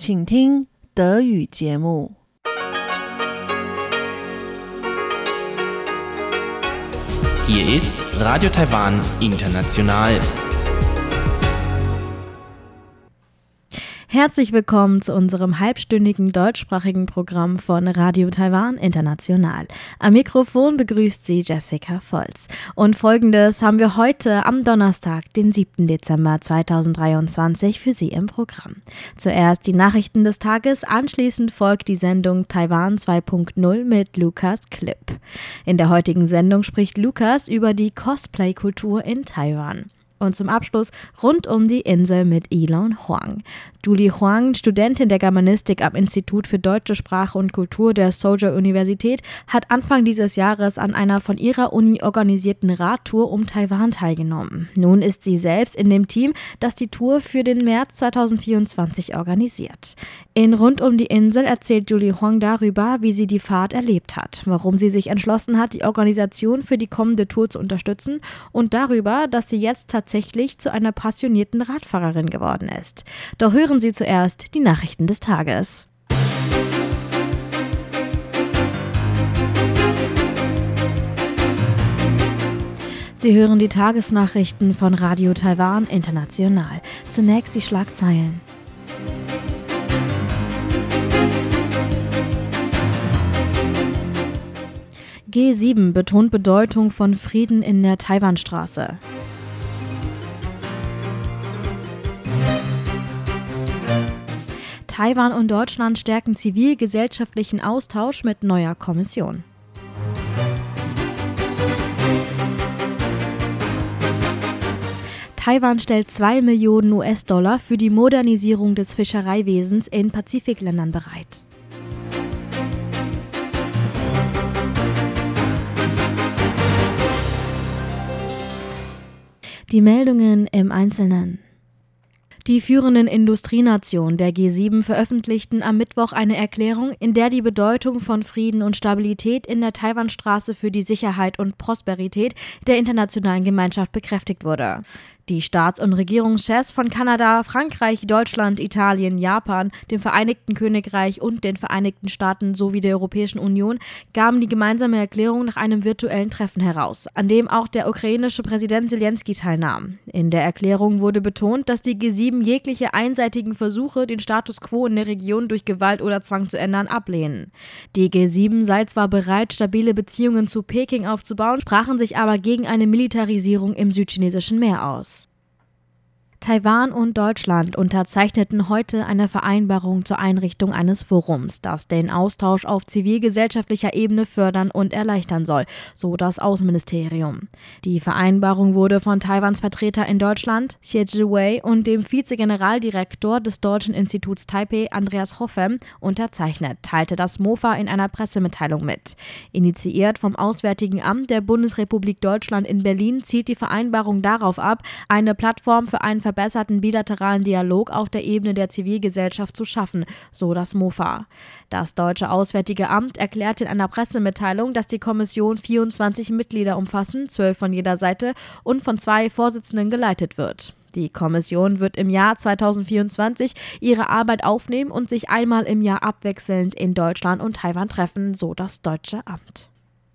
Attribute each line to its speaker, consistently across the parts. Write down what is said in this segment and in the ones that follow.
Speaker 1: 请听德语节目。
Speaker 2: Hier ist Radio Taiwan International.
Speaker 3: Herzlich willkommen zu unserem halbstündigen deutschsprachigen Programm von Radio Taiwan International. Am Mikrofon begrüßt Sie Jessica Volz. Und Folgendes haben wir heute am Donnerstag, den 7. Dezember 2023 für Sie im Programm. Zuerst die Nachrichten des Tages, anschließend folgt die Sendung Taiwan 2.0 mit Lukas Klipp. In der heutigen Sendung spricht Lukas über die Cosplay-Kultur in Taiwan. Und zum Abschluss rund um die Insel mit Elon Huang. Julie Huang, Studentin der Germanistik am Institut für Deutsche Sprache und Kultur der Suzhou-Universität, hat Anfang dieses Jahres an einer von ihrer Uni organisierten Radtour um Taiwan teilgenommen. Nun ist sie selbst in dem Team, das die Tour für den März 2024 organisiert. In Rund um die Insel erzählt Julie Huang darüber, wie sie die Fahrt erlebt hat, warum sie sich entschlossen hat, die Organisation für die kommende Tour zu unterstützen und darüber, dass sie jetzt tatsächlich zu einer passionierten Radfahrerin geworden ist. Doch hören Sie zuerst die Nachrichten des Tages. Sie hören die Tagesnachrichten von Radio Taiwan International. Zunächst die Schlagzeilen. G7 betont Bedeutung von Frieden in der Taiwanstraße. Taiwan und Deutschland stärken zivilgesellschaftlichen Austausch mit neuer Kommission. Taiwan stellt 2 Millionen US-Dollar für die Modernisierung des Fischereiwesens in Pazifikländern bereit. Die Meldungen im Einzelnen. Die führenden Industrienationen der G7 veröffentlichten am Mittwoch eine Erklärung, in der die Bedeutung von Frieden und Stabilität in der Taiwanstraße für die Sicherheit und Prosperität der internationalen Gemeinschaft bekräftigt wurde. Die Staats- und Regierungschefs von Kanada, Frankreich, Deutschland, Italien, Japan, dem Vereinigten Königreich und den Vereinigten Staaten sowie der Europäischen Union gaben die gemeinsame Erklärung nach einem virtuellen Treffen heraus, an dem auch der ukrainische Präsident Zelensky teilnahm. In der Erklärung wurde betont, dass die G7 jegliche einseitigen Versuche, den Status quo in der Region durch Gewalt oder Zwang zu ändern, ablehnen. Die G7 sei zwar bereit, stabile Beziehungen zu Peking aufzubauen, sprachen sich aber gegen eine Militarisierung im Südchinesischen Meer aus. Taiwan und Deutschland unterzeichneten heute eine Vereinbarung zur Einrichtung eines Forums, das den Austausch auf zivilgesellschaftlicher Ebene fördern und erleichtern soll, so das Außenministerium. Die Vereinbarung wurde von Taiwans Vertreter in Deutschland, Xie Zhiwei, und dem Vizegeneraldirektor des Deutschen Instituts Taipei, Andreas Hoffem, unterzeichnet, teilte das MOFA in einer Pressemitteilung mit. Initiiert vom Auswärtigen Amt der Bundesrepublik Deutschland in Berlin zielt die Vereinbarung darauf ab, eine Plattform für einen verbesserten bilateralen Dialog auf der Ebene der Zivilgesellschaft zu schaffen, so das MOFA. Das Deutsche Auswärtige Amt erklärte in einer Pressemitteilung, dass die Kommission 24 Mitglieder umfassen, 12 von jeder Seite und von 2 Vorsitzenden geleitet wird. Die Kommission wird im Jahr 2024 ihre Arbeit aufnehmen und sich einmal im Jahr abwechselnd in Deutschland und Taiwan treffen, so das Deutsche Amt.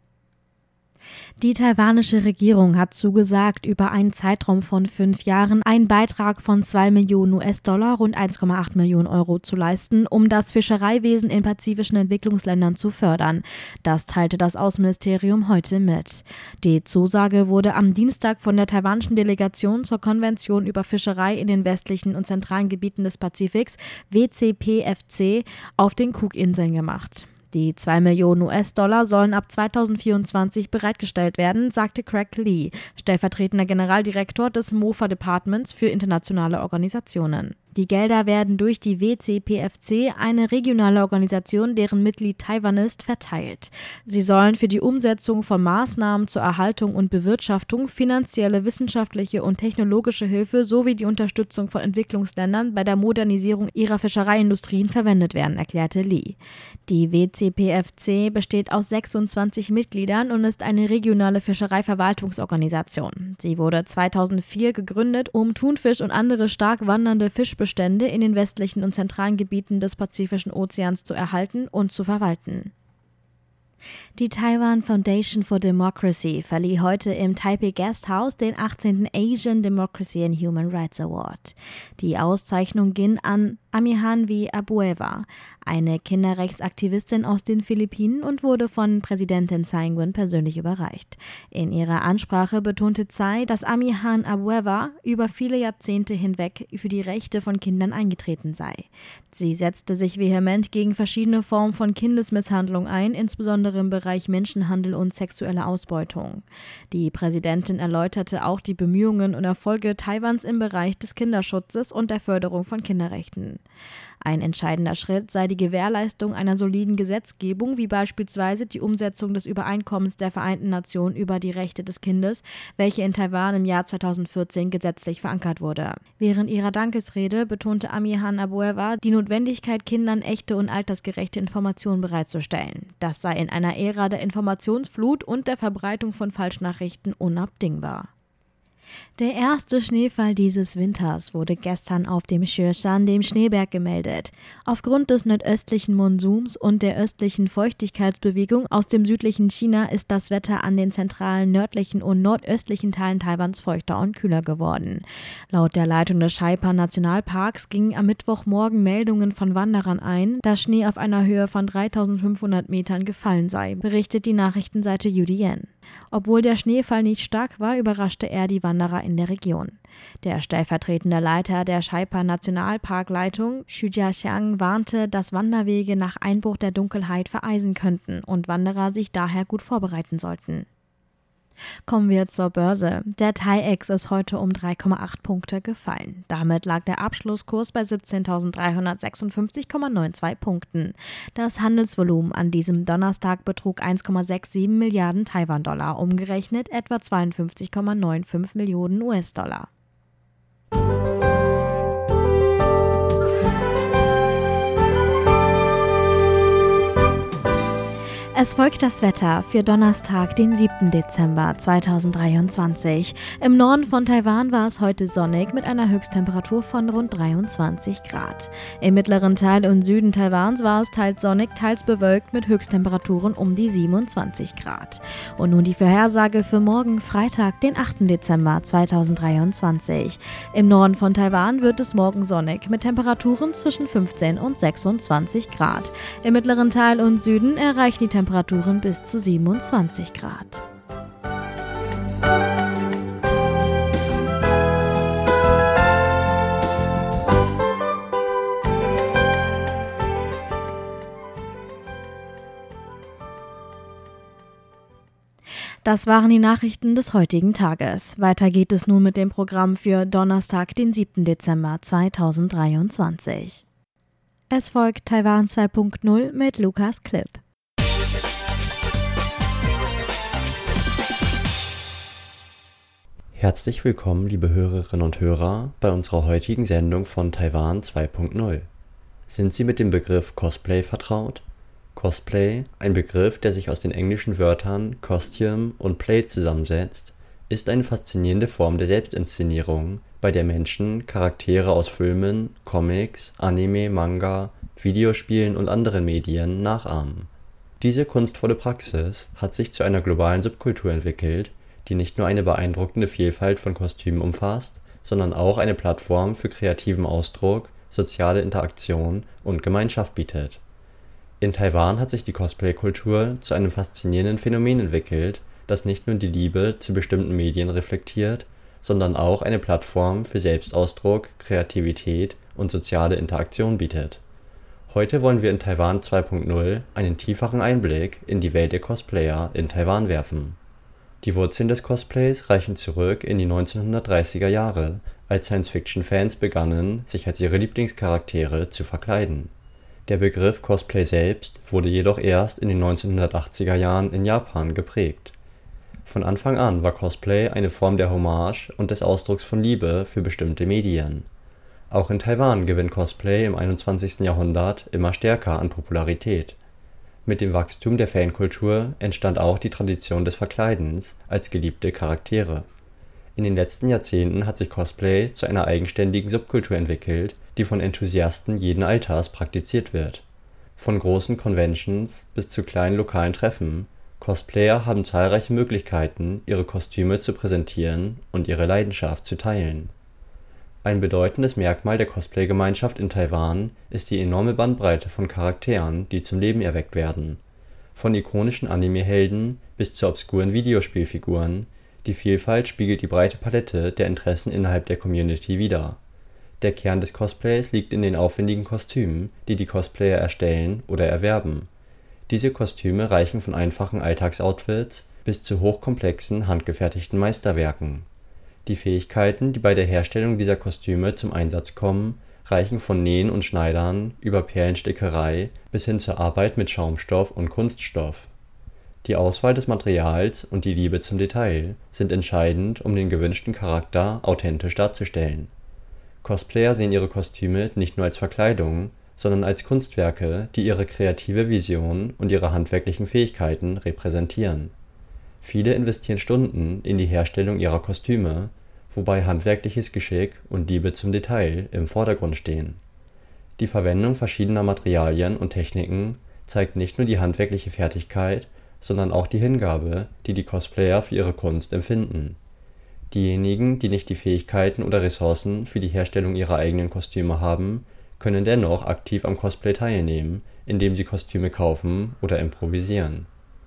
Speaker 3: Die taiwanische Regierung hat zugesagt, über einen Zeitraum von 5 Jahren einen Beitrag von 2 Millionen US-Dollar, rund 1,8 Millionen Euro, zu leisten, um das Fischereiwesen in pazifischen Entwicklungsländern zu fördern. Das teilte das Außenministerium heute mit. Die Zusage wurde am Dienstag von der taiwanischen Delegation zur Konvention über Fischerei in den westlichen und zentralen Gebieten des Pazifiks, WCPFC, auf den Cookinseln gemacht. Die 2 Millionen US-Dollar sollen ab 2024 bereitgestellt werden, sagte Craig Lee, stellvertretender Generaldirektor des MOFA-Departments für internationale Organisationen. Die Gelder werden durch die WCPFC, eine regionale Organisation, deren Mitglied Taiwan ist, verteilt. Sie sollen für die Umsetzung von Maßnahmen zur Erhaltung und Bewirtschaftung, finanzielle, wissenschaftliche und technologische Hilfe sowie die Unterstützung von Entwicklungsländern bei der Modernisierung ihrer Fischereiindustrien verwendet werden, erklärte Lee. Die WCPFC besteht aus 26 Mitgliedern und ist eine regionale Fischereiverwaltungsorganisation. Sie wurde 2004 gegründet, um Thunfisch und andere stark wandernde Fischbestände Wildtierbestände in den westlichen und zentralen Gebieten des Pazifischen Ozeans zu erhalten und zu verwalten. Die Taiwan Foundation for Democracy verlieh heute im Taipei Guesthouse den 18. Asian Democracy and Human Rights Award. Die Auszeichnung ging an Amihanwi Abueva, eine Kinderrechtsaktivistin aus den Philippinen, und wurde von Präsidentin Tsai Ing-wen persönlich überreicht. In ihrer Ansprache betonte Tsai, dass Amihan Abueva über viele Jahrzehnte hinweg für die Rechte von Kindern eingetreten sei. Sie setzte sich vehement gegen verschiedene Formen von Kindesmisshandlung ein, insbesondere im Bereich Menschenhandel und sexuelle Ausbeutung. Die Präsidentin erläuterte auch die Bemühungen und Erfolge Taiwans im Bereich des Kinderschutzes und der Förderung von Kinderrechten. Ein entscheidender Schritt sei die Gewährleistung einer soliden Gesetzgebung, wie beispielsweise die Umsetzung des Übereinkommens der Vereinten Nationen über die Rechte des Kindes, welche in Taiwan im Jahr 2014 gesetzlich verankert wurde. Während ihrer Dankesrede betonte Amihan Abueva die Notwendigkeit, Kindern echte und altersgerechte Informationen bereitzustellen. Das sei in einer Ära der Informationsflut und der Verbreitung von Falschnachrichten unabdingbar. Der erste Schneefall dieses Winters wurde gestern auf dem Xueshan, dem Schneeberg, gemeldet. Aufgrund des nordöstlichen Monsuns und der östlichen Feuchtigkeitsbewegung aus dem südlichen China ist das Wetter an den zentralen, nördlichen und nordöstlichen Teilen Taiwans feuchter und kühler geworden. Laut der Leitung des Saipan-Nationalparks gingen am Mittwochmorgen Meldungen von Wanderern ein, dass Schnee auf einer Höhe von 3.500 Metern gefallen sei, berichtet die Nachrichtenseite UDN. Obwohl der Schneefall nicht stark war, überraschte er die Wanderer in der Region. Der stellvertretende Leiter der Saipan-Nationalparkleitung, Xu Jiaxiang, warnte, dass Wanderwege nach Einbruch der Dunkelheit vereisen könnten und Wanderer sich daher gut vorbereiten sollten. Kommen wir zur Börse. Der TAIEX ist heute um 3,8 Punkte gefallen. Damit lag der Abschlusskurs bei 17.356,92 Punkten. Das Handelsvolumen an diesem Donnerstag betrug 1,67 Milliarden Taiwan-Dollar, umgerechnet etwa 52,95 Millionen US-Dollar. Es folgt das Wetter für Donnerstag, den 7. Dezember 2023. Im Norden von Taiwan war es heute sonnig mit einer Höchsttemperatur von rund 23 Grad. Im mittleren Teil und Süden Taiwans war es teils sonnig, teils bewölkt mit Höchsttemperaturen um die 27 Grad. Und nun die Vorhersage für morgen Freitag, den 8. Dezember 2023. Im Norden von Taiwan wird es morgen sonnig mit Temperaturen zwischen 15 und 26 Grad. Im mittleren Teil und Süden erreichen die Temperaturen bis zu 27 Grad. Das waren die Nachrichten des heutigen Tages. Weiter geht es nun mit dem Programm für Donnerstag, den 7. Dezember 2023. Es folgt Taiwan 2.0 mit Lukas Klipp.
Speaker 4: Herzlich willkommen, liebe Hörerinnen und Hörer, bei unserer heutigen Sendung von Taiwan 2.0. Sind Sie mit dem Begriff Cosplay vertraut? Cosplay, ein Begriff, der sich aus den englischen Wörtern Costume und Play zusammensetzt, ist eine faszinierende Form der Selbstinszenierung, bei der Menschen Charaktere aus Filmen, Comics, Anime, Manga, Videospielen und anderen Medien nachahmen. Diese kunstvolle Praxis hat sich zu einer globalen Subkultur entwickelt, die nicht nur eine beeindruckende Vielfalt von Kostümen umfasst, sondern auch eine Plattform für kreativen Ausdruck, soziale Interaktion und Gemeinschaft bietet. In Taiwan hat sich die Cosplay-Kultur zu einem faszinierenden Phänomen entwickelt, das nicht nur die Liebe zu bestimmten Medien reflektiert, sondern auch eine Plattform für Selbstausdruck, Kreativität und soziale Interaktion bietet. Heute wollen wir in Taiwan 2.0 einen tieferen Einblick in die Welt der Cosplayer in Taiwan werfen. Die Wurzeln des Cosplays reichen zurück in die 1930er Jahre, als Science-Fiction-Fans begannen, sich als ihre Lieblingscharaktere zu verkleiden. Der Begriff Cosplay selbst wurde jedoch erst in den 1980er Jahren in Japan geprägt. Von Anfang an war Cosplay eine Form der Hommage und des Ausdrucks von Liebe für bestimmte Medien. Auch in Taiwan gewinnt Cosplay im 21. Jahrhundert immer stärker an Popularität. Mit dem Wachstum der Fankultur entstand auch die Tradition des Verkleidens als geliebte Charaktere. In den letzten Jahrzehnten hat sich Cosplay zu einer eigenständigen Subkultur entwickelt, die von Enthusiasten jeden Alters praktiziert wird. Von großen Conventions bis zu kleinen lokalen Treffen, Cosplayer haben zahlreiche Möglichkeiten, ihre Kostüme zu präsentieren und ihre Leidenschaft zu teilen. Ein bedeutendes Merkmal der Cosplay-Gemeinschaft in Taiwan ist die enorme Bandbreite von Charakteren, die zum Leben erweckt werden. Von ikonischen Anime-Helden bis zu obskuren Videospielfiguren, die Vielfalt spiegelt die breite Palette der Interessen innerhalb der Community wider. Der Kern des Cosplays liegt in den aufwendigen Kostümen, die die Cosplayer erstellen oder erwerben. Diese Kostüme reichen von einfachen Alltagsoutfits bis zu hochkomplexen, handgefertigten Meisterwerken. Die Fähigkeiten, die bei der Herstellung dieser Kostüme zum Einsatz kommen, reichen von Nähen und Schneidern über Perlenstickerei bis hin zur Arbeit mit Schaumstoff und Kunststoff. Die Auswahl des Materials und die Liebe zum Detail sind entscheidend, um den gewünschten Charakter authentisch darzustellen. Cosplayer sehen ihre Kostüme nicht nur als Verkleidung, sondern als Kunstwerke, die ihre kreative Vision und ihre handwerklichen Fähigkeiten repräsentieren. Viele investieren Stunden in die Herstellung ihrer Kostüme, wobei handwerkliches Geschick und Liebe zum Detail im Vordergrund stehen. Die Verwendung verschiedener Materialien und Techniken zeigt nicht nur die handwerkliche Fertigkeit, sondern auch die Hingabe, die die Cosplayer für ihre Kunst empfinden. Diejenigen, die nicht die Fähigkeiten oder Ressourcen für die Herstellung ihrer eigenen Kostüme haben, können dennoch aktiv am Cosplay teilnehmen, indem sie Kostüme kaufen oder improvisieren.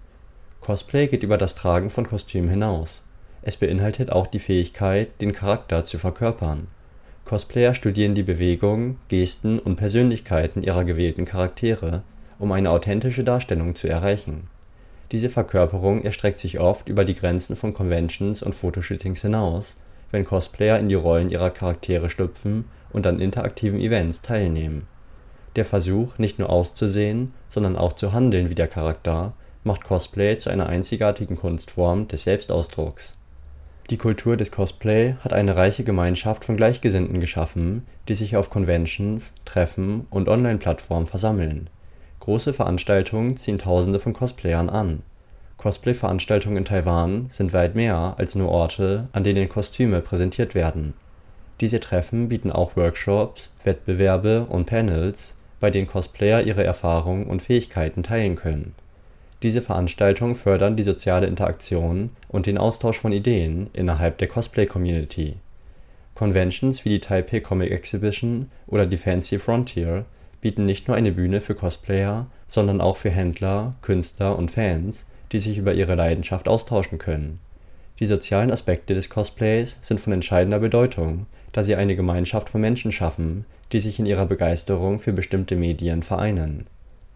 Speaker 4: Cosplay geht über das Tragen von Kostümen hinaus. Es beinhaltet auch die Fähigkeit, den Charakter zu verkörpern. Cosplayer studieren die Bewegungen, Gesten und Persönlichkeiten ihrer gewählten Charaktere, um eine authentische Darstellung zu erreichen. Diese Verkörperung erstreckt sich oft über die Grenzen von Conventions und Fotoshootings hinaus, wenn Cosplayer in die Rollen ihrer Charaktere schlüpfen und an interaktiven Events teilnehmen. Der Versuch, nicht nur auszusehen, sondern auch zu handeln wie der Charakter, macht Cosplay zu einer einzigartigen Kunstform des Selbstausdrucks. Die Kultur des Cosplay hat eine reiche Gemeinschaft von Gleichgesinnten geschaffen, die sich auf Conventions, Treffen und Online-Plattformen versammeln. Große Veranstaltungen ziehen Tausende von Cosplayern an. Cosplay-Veranstaltungen in Taiwan sind weit mehr als nur Orte, an denen Kostüme präsentiert werden. Diese Treffen bieten auch Workshops, Wettbewerbe und Panels, bei denen Cosplayer ihre Erfahrungen und Fähigkeiten teilen können. Diese Veranstaltungen fördern die soziale Interaktion und den Austausch von Ideen innerhalb der Cosplay-Community. Conventions wie die Taipei Comic Exhibition oder die Fancy Frontier bieten nicht nur eine Bühne für Cosplayer, sondern auch für Händler, Künstler und Fans, die sich über ihre Leidenschaft austauschen können. Die sozialen Aspekte des Cosplays sind von entscheidender Bedeutung, da sie eine Gemeinschaft von Menschen schaffen, die sich in ihrer Begeisterung für bestimmte Medien vereinen.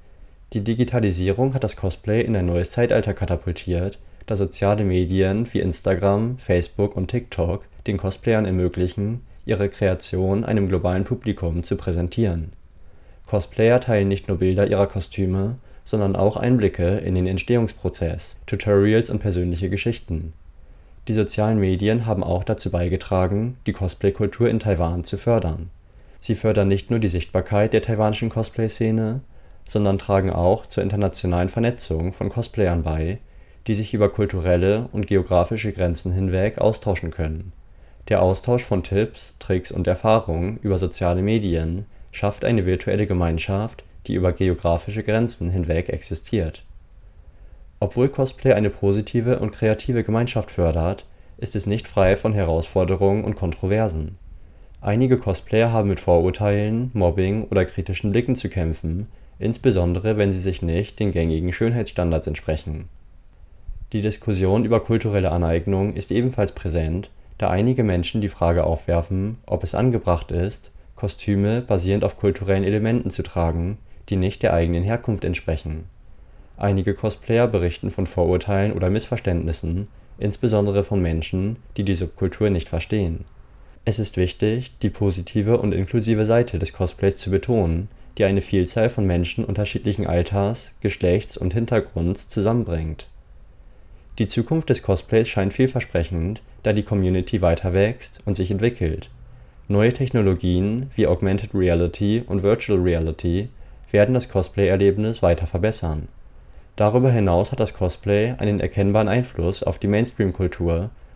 Speaker 4: Die Digitalisierung hat das Cosplay in ein neues Zeitalter katapultiert, da soziale Medien wie Instagram, Facebook und TikTok den Cosplayern ermöglichen, ihre Kreation einem globalen Publikum zu präsentieren. Cosplayer teilen nicht nur Bilder ihrer Kostüme, sondern auch Einblicke in den Entstehungsprozess, Tutorials und persönliche Geschichten. Die sozialen Medien haben auch dazu beigetragen, die Cosplay-Kultur in Taiwan zu fördern. Sie fördern nicht nur die Sichtbarkeit der taiwanischen Cosplay-Szene, sondern tragen auch zur internationalen Vernetzung von Cosplayern bei, die sich über kulturelle und geografische Grenzen hinweg austauschen können. Der Austausch von Tipps, Tricks und Erfahrungen über soziale Medien schafft eine virtuelle Gemeinschaft, die über geografische Grenzen hinweg existiert. Obwohl Cosplay eine positive und kreative Gemeinschaft fördert, ist es nicht frei von Herausforderungen und Kontroversen. Einige Cosplayer haben mit Vorurteilen, Mobbing oder kritischen Blicken zu kämpfen, insbesondere wenn sie sich nicht den gängigen Schönheitsstandards entsprechen. Die Diskussion über kulturelle Aneignung ist ebenfalls präsent, da einige Menschen die Frage aufwerfen, ob es angebracht ist, Kostüme basierend auf kulturellen Elementen zu tragen, die nicht der eigenen Herkunft entsprechen. Einige Cosplayer berichten von Vorurteilen oder Missverständnissen, insbesondere von Menschen, die die Subkultur nicht verstehen. Es ist wichtig, die positive und inklusive Seite des Cosplays zu betonen, die eine Vielzahl von Menschen unterschiedlichen Alters, Geschlechts und Hintergrunds zusammenbringt. Die Zukunft des Cosplays scheint vielversprechend, da die Community weiter wächst und sich entwickelt. Neue Technologien wie Augmented Reality und Virtual Reality werden das Cosplay-Erlebnis weiter verbessern. Darüber hinaus hat das Cosplay einen erkennbaren Einfluss auf die Mainstream-Kultur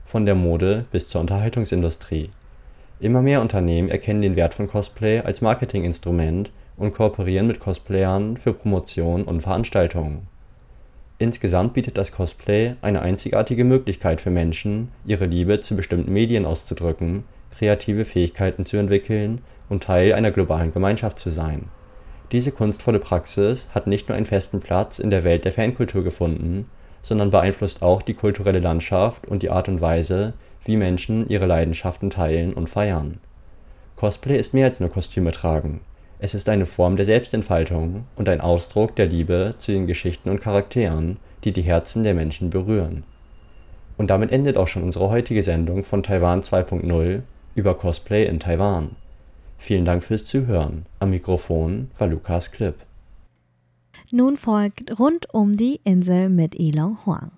Speaker 4: von der Mode bis zur Unterhaltungsindustrie. Immer mehr Unternehmen erkennen den Wert von Cosplay als Marketinginstrument und kooperieren mit Cosplayern für Promotion und Veranstaltungen. Insgesamt bietet das Cosplay eine einzigartige Möglichkeit für Menschen, ihre Liebe zu bestimmten Medien auszudrücken, kreative Fähigkeiten zu entwickeln und Teil einer globalen Gemeinschaft zu sein. Diese kunstvolle Praxis hat nicht nur einen festen Platz in der Welt der Fankultur gefunden, sondern beeinflusst auch die kulturelle Landschaft und die Art und Weise, wie Menschen ihre Leidenschaften teilen und feiern. Cosplay ist mehr als nur Kostüme tragen. Es ist eine Form der Selbstentfaltung und ein Ausdruck der Liebe zu den Geschichten und Charakteren, die die Herzen der Menschen berühren. Und damit endet auch schon unsere heutige Sendung von Taiwan 2.0 über Cosplay in Taiwan. Vielen Dank fürs Zuhören. Am Mikrofon war Lukas Klipp.
Speaker 3: Nun folgt Rund um die Insel mit Ilong Huang.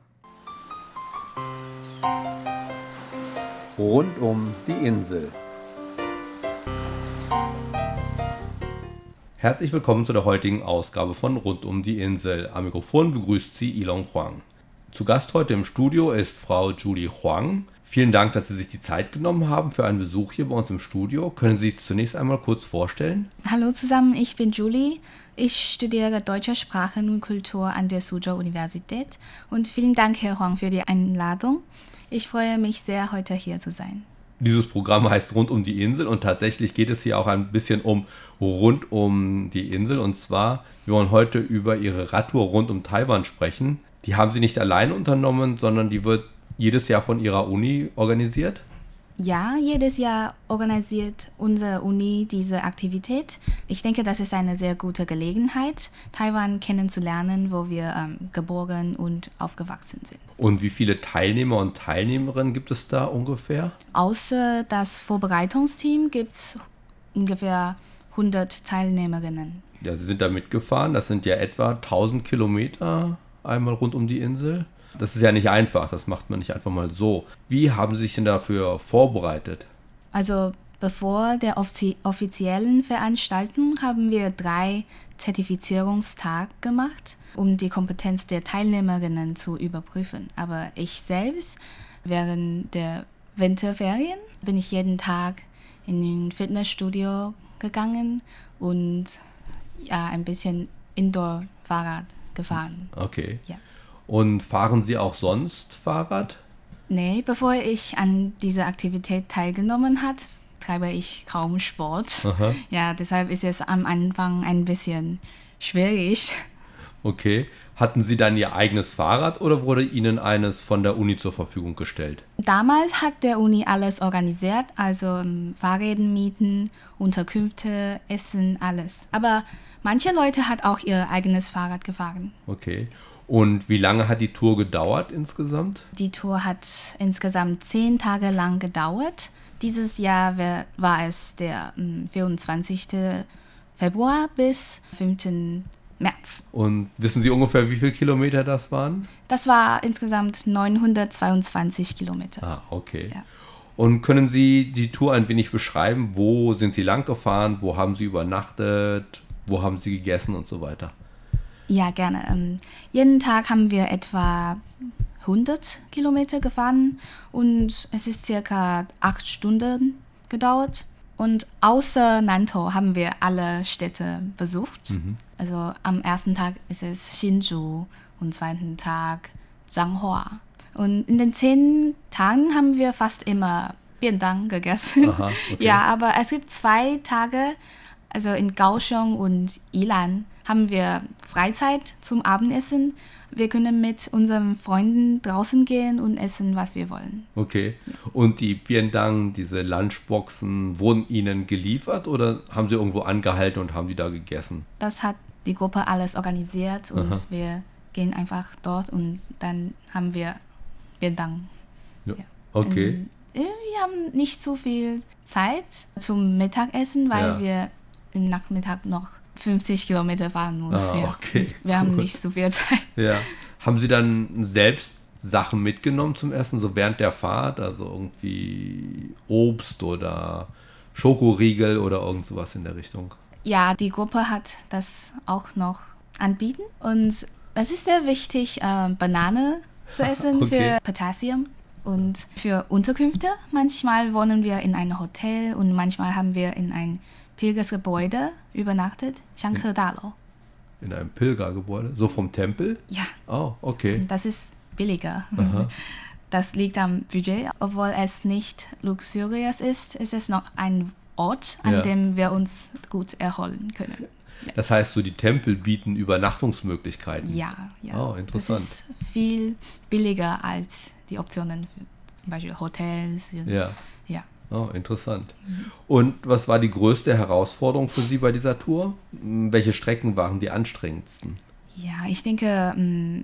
Speaker 5: Rund um die Insel. Herzlich willkommen zu der heutigen Ausgabe von Rund um die Insel. Am Mikrofon begrüßt Sie Ilong Huang. Zu Gast heute im Studio ist Frau Julie Huang. Vielen Dank, dass Sie sich die Zeit genommen haben für einen Besuch hier bei uns im Studio. Können Sie sich zunächst einmal kurz vorstellen?
Speaker 6: Hallo zusammen, ich bin Julie. Ich studiere Deutsche Sprache und Kultur an der Suzhou Universität. Und vielen Dank, Herr Huang, für die Einladung. Ich freue mich sehr, heute hier zu sein.
Speaker 5: Dieses Programm heißt Rund um die Insel und tatsächlich geht es hier auch ein bisschen um Rund um die Insel. Und zwar, wir wollen heute über Ihre Radtour rund um Taiwan sprechen. Die haben Sie nicht alleine unternommen, sondern die wird jedes Jahr von Ihrer Uni organisiert?
Speaker 6: Ja, jedes Jahr organisiert unsere Uni diese Aktivität. Ich denke, das ist eine sehr gute Gelegenheit, Taiwan kennenzulernen, wo wir geboren und aufgewachsen sind.
Speaker 5: Und wie viele Teilnehmer und Teilnehmerinnen gibt es da ungefähr?
Speaker 6: Außer das Vorbereitungsteam gibt es ungefähr 100 Teilnehmerinnen.
Speaker 5: Ja, Sie sind da mitgefahren. Das sind ja etwa 1000 Kilometer einmal rund um die Insel. Das ist ja nicht einfach, das macht man nicht einfach mal so. Wie haben Sie sich denn dafür vorbereitet?
Speaker 6: Also bevor der offiziellen Veranstaltung haben wir 3 Zertifizierungstage gemacht, um die Kompetenz der Teilnehmerinnen zu überprüfen. Aber ich selbst, während der Winterferien, bin ich jeden Tag in ein Fitnessstudio gegangen und ja, ein bisschen Indoor-Fahrrad gefahren.
Speaker 5: Okay.
Speaker 6: Ja.
Speaker 5: Und fahren Sie auch sonst Fahrrad?
Speaker 6: Nee, bevor ich an dieser Aktivität teilgenommen habe, treibe ich kaum Sport.
Speaker 5: Aha.
Speaker 6: Ja, deshalb ist es am Anfang ein bisschen schwierig.
Speaker 5: Okay. Hatten Sie dann Ihr eigenes Fahrrad oder wurde Ihnen eines von der Uni zur Verfügung gestellt?
Speaker 6: Damals hat der Uni alles organisiert, also Fahrräder mieten, Unterkünfte, Essen, alles. Aber manche Leute hat auch ihr eigenes Fahrrad gefahren.
Speaker 5: Okay. Und wie lange hat die Tour gedauert insgesamt?
Speaker 6: Die Tour hat insgesamt 10 Tage lang gedauert. Dieses Jahr war es der 24. Februar bis 5. März.
Speaker 5: Und wissen Sie ungefähr, wie viele Kilometer das waren?
Speaker 6: Das war insgesamt 922 Kilometer.
Speaker 5: Ah, okay.
Speaker 6: Ja.
Speaker 5: Und können Sie die Tour ein wenig beschreiben? Wo sind Sie lang gefahren? Wo haben Sie übernachtet? Wo haben Sie gegessen und so weiter?
Speaker 6: Ja, gerne. Jeden Tag haben wir etwa 100 Kilometer gefahren und es ist circa 8 Stunden gedauert. Und außer Nantou haben wir alle Städte besucht. Also am ersten Tag ist es Hsinchu und am zweiten Tag Zhanghua. Und in den 10 Tagen haben wir fast immer Biendang gegessen.
Speaker 5: Aha, okay.
Speaker 6: Ja, aber es gibt 2 Tage, also in Kaohsiung und Yilan, haben wir Freizeit zum Abendessen. Wir können mit unseren Freunden draußen gehen und essen, was wir wollen.
Speaker 5: Okay. Und die Biendang, diese Lunchboxen, wurden Ihnen geliefert oder haben Sie irgendwo angehalten und haben die da gegessen?
Speaker 6: Das hat die Gruppe alles organisiert und
Speaker 5: Aha.
Speaker 6: wir gehen einfach dort und dann haben wir Biendang.
Speaker 5: Ja.
Speaker 6: Ja.
Speaker 5: Okay.
Speaker 6: Wir haben nicht so viel Zeit zum Mittagessen, weil
Speaker 5: Ja.
Speaker 6: wir im Nachmittag noch 50 Kilometer fahren müssen.
Speaker 5: Ah, okay.
Speaker 6: Wir haben
Speaker 5: Gut.
Speaker 6: nicht so viel Zeit.
Speaker 5: Ja. Haben Sie dann selbst Sachen mitgenommen zum Essen, so während der Fahrt? Also irgendwie Obst oder Schokoriegel oder irgend sowas in der Richtung?
Speaker 6: Ja, die Gruppe hat das auch noch anbieten. Und es ist sehr wichtig, Banane zu essen
Speaker 5: Okay.
Speaker 6: für Potassium. Und für Unterkünfte, manchmal wohnen wir in einem Hotel und manchmal haben wir in ein Pilgergebäude übernachtet, Xiangke Dalo.
Speaker 5: In einem Pilgergebäude? So vom Tempel?
Speaker 6: Ja.
Speaker 5: Oh, okay.
Speaker 6: Das ist billiger.
Speaker 5: Aha.
Speaker 6: Das liegt am Budget. Obwohl es nicht luxuriös ist, ist es noch ein Ort, an dem wir uns gut erholen können.
Speaker 5: Das heißt, so die Tempel bieten Übernachtungsmöglichkeiten?
Speaker 6: Ja.
Speaker 5: Oh, interessant.
Speaker 6: Das ist viel billiger als die Optionen für zum Beispiel Hotels.
Speaker 5: Ja. Oh, interessant.
Speaker 6: Mhm.
Speaker 5: Und was war die größte Herausforderung für Sie bei dieser Tour? Welche Strecken waren die anstrengendsten?
Speaker 6: Ja, ich denke,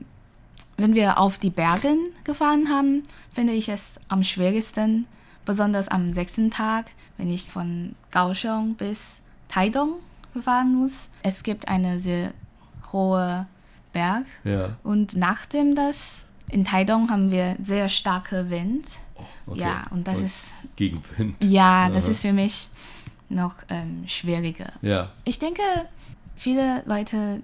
Speaker 6: wenn wir auf die Berge gefahren haben, finde ich es am schwierigsten, besonders am 6. Tag, wenn ich von Kaohsiung bis Taidong gefahren muss. Es gibt eine sehr hohe Berg und nachdem das in Taidong haben wir sehr starke Wind.
Speaker 5: Oh, okay.
Speaker 6: Ja, und das ist
Speaker 5: Gegenwind.
Speaker 6: Ja, das ist für mich noch schwieriger.
Speaker 5: Ja.
Speaker 6: Ich denke, viele Leute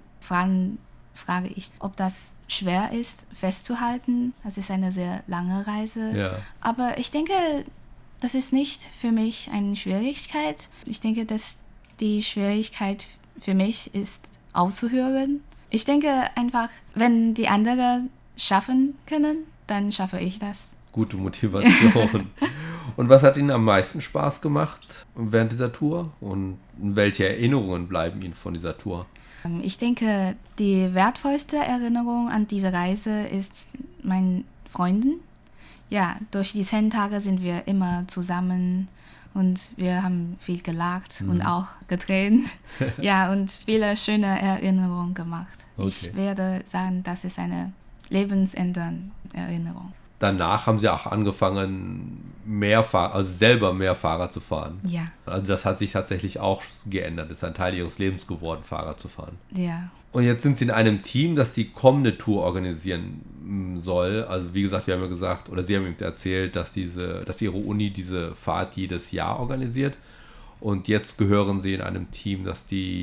Speaker 6: frage ich, ob das schwer ist, festzuhalten. Das ist eine sehr lange Reise.
Speaker 5: Ja.
Speaker 6: Aber ich denke, das ist nicht für mich eine Schwierigkeit. Ich denke, dass die Schwierigkeit für mich ist, aufzuhören. Ich denke einfach, wenn die anderen schaffen können, dann schaffe ich das.
Speaker 5: Gute Motivation. Und was hat Ihnen am meisten Spaß gemacht während dieser Tour? Und welche Erinnerungen bleiben Ihnen von dieser Tour?
Speaker 6: Ich denke, die wertvollste Erinnerung an diese Reise ist meinen Freunden. Ja, durch die 10 Tage sind wir immer zusammen und wir haben viel gelacht und auch getränt. Ja, und viele schöne Erinnerungen gemacht.
Speaker 5: Okay.
Speaker 6: Ich werde sagen, das ist eine lebensändernde Erinnerung.
Speaker 5: Danach haben Sie auch angefangen, selber mehr Fahrrad zu fahren.
Speaker 6: Ja.
Speaker 5: Also das hat sich tatsächlich auch geändert. Das ist ein Teil Ihres Lebens geworden, Fahrrad zu fahren.
Speaker 6: Ja.
Speaker 5: Und jetzt sind Sie in einem Team, das die kommende Tour organisieren soll. Also wie gesagt, wir haben ja gesagt, oder Sie haben ihm erzählt, dass Ihre Uni diese Fahrt jedes Jahr organisiert. Und jetzt gehören Sie in einem Team, das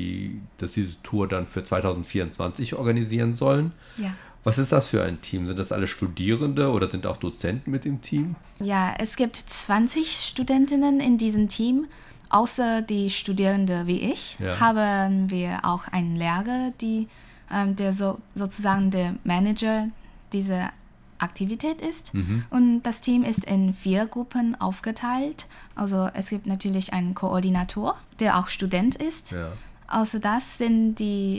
Speaker 5: diese Tour dann für 2024 organisieren sollen.
Speaker 6: Ja.
Speaker 5: Was ist das für ein Team? Sind das alle Studierende oder sind auch Dozenten mit im Team?
Speaker 6: Ja, es gibt 20 Studentinnen in diesem Team. Außer die Studierenden wie ich, haben wir auch einen Lehrer, der sozusagen der Manager dieser Aktivität ist. Und das Team ist in 4 Gruppen aufgeteilt. Also es gibt natürlich einen Koordinator, der auch Student ist.
Speaker 5: Ja.
Speaker 6: Außer das sind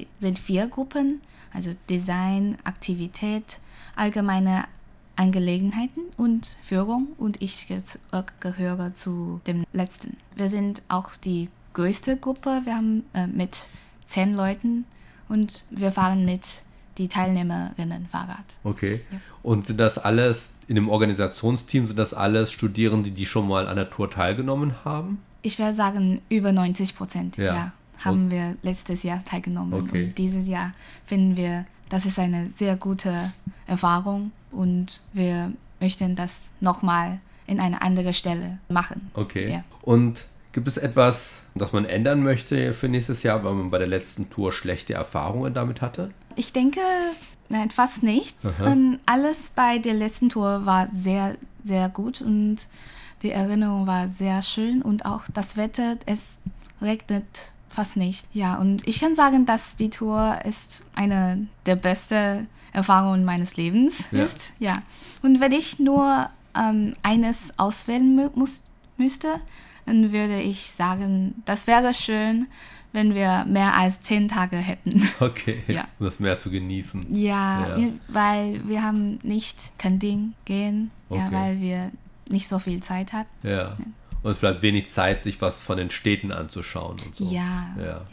Speaker 6: 4 Gruppen, also Design, Aktivität, allgemeine Angelegenheiten und Führung, und ich gehöre zu dem letzten. Wir sind auch die größte Gruppe, wir haben mit 10 Leuten und wir fahren mit die Teilnehmerinnen Fahrrad.
Speaker 5: Okay.
Speaker 6: Ja.
Speaker 5: Und sind das alles, in dem Organisationsteam, sind das alles Studierende, die schon mal an der Tour teilgenommen haben?
Speaker 6: Ich würde sagen, über 90%, ja, haben wir letztes Jahr teilgenommen.
Speaker 5: Okay.
Speaker 6: Und dieses Jahr finden wir, das ist eine sehr gute Erfahrung und wir möchten das nochmal in eine andere Stelle machen.
Speaker 5: Okay.
Speaker 6: Ja.
Speaker 5: Und gibt es etwas, das man ändern möchte für nächstes Jahr, weil man bei der letzten Tour schlechte Erfahrungen damit hatte?
Speaker 6: Ich denke, nein, fast nichts. Und alles bei der letzten Tour war sehr, sehr gut und die Erinnerung war sehr schön und auch das Wetter, es regnet fast nicht. Ja, und ich kann sagen, dass die Tour ist eine der besten Erfahrungen meines Lebens ist. Ja. Und wenn ich nur eines auswählen müsste, dann würde ich sagen, das wäre schön, wenn wir mehr als 10 Tage hätten.
Speaker 5: Okay,
Speaker 6: Ja.
Speaker 5: um das mehr zu genießen.
Speaker 6: Ja, weil wir haben nicht Kending gehen,
Speaker 5: Okay.
Speaker 6: weil wir nicht so viel Zeit hatten.
Speaker 5: Ja. Und es bleibt wenig Zeit, sich was von den Städten anzuschauen und so.
Speaker 6: Ja.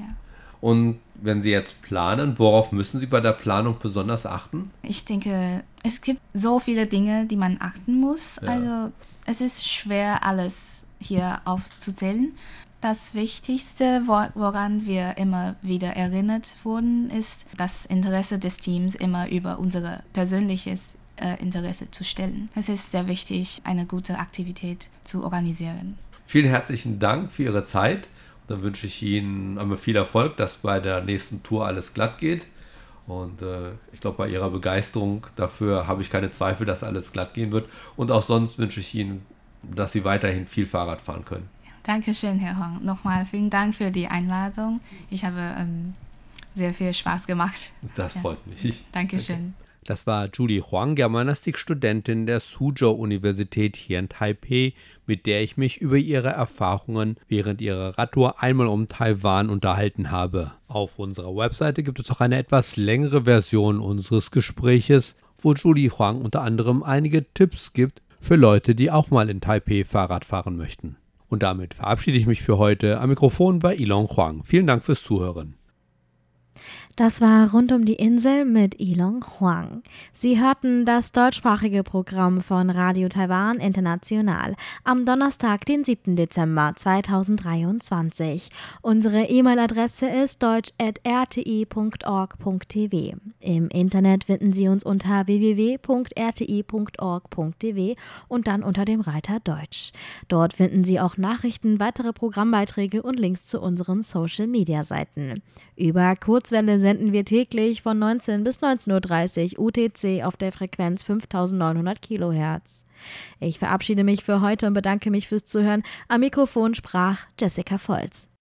Speaker 5: Und wenn Sie jetzt planen, worauf müssen Sie bei der Planung besonders achten?
Speaker 6: Ich denke, es gibt so viele Dinge, die man achten muss.
Speaker 5: Ja.
Speaker 6: Also es ist schwer, alles hier aufzuzählen. Das Wichtigste, woran wir immer wieder erinnert wurden, ist das Interesse des Teams immer über unser persönliches Interesse zu stellen. Es ist sehr wichtig, eine gute Aktivität zu organisieren.
Speaker 5: Vielen herzlichen Dank für Ihre Zeit. Dann wünsche ich Ihnen einmal viel Erfolg, dass bei der nächsten Tour alles glatt geht. Und ich glaube, bei Ihrer Begeisterung dafür habe ich keine Zweifel, dass alles glatt gehen wird. Und auch sonst wünsche ich Ihnen, dass Sie weiterhin viel Fahrrad fahren können.
Speaker 6: Dankeschön, Herr Huang. Nochmal vielen Dank für die Einladung. Ich habe sehr viel Spaß gemacht.
Speaker 5: Das freut mich.
Speaker 6: Dankeschön.
Speaker 5: Das war Julie Huang, Germanistikstudentin der Suzhou-Universität hier in Taipei, mit der ich mich über ihre Erfahrungen während ihrer Radtour einmal um Taiwan unterhalten habe. Auf unserer Webseite gibt es auch eine etwas längere Version unseres Gespräches, wo Julie Huang unter anderem einige Tipps gibt für Leute, die auch mal in Taipei Fahrrad fahren möchten. Und damit verabschiede ich mich für heute. Am Mikrofon war Ilon Huang. Vielen Dank fürs Zuhören.
Speaker 3: Das war Rund um die Insel mit Ilon Huang. Sie hörten das deutschsprachige Programm von Radio Taiwan International am Donnerstag, den 7. Dezember 2023. Unsere E-Mail-Adresse ist deutsch@rti.org.tv. Im Internet finden Sie uns unter www.rti.org.tv und dann unter dem Reiter Deutsch. Dort finden Sie auch Nachrichten, weitere Programmbeiträge und Links zu unseren Social-Media-Seiten. Über Kurzwelle senden wir täglich von 19 bis 19.30 Uhr UTC auf der Frequenz 5900 kHz. Ich verabschiede mich für heute und bedanke mich fürs Zuhören. Am Mikrofon sprach Jessica Volz.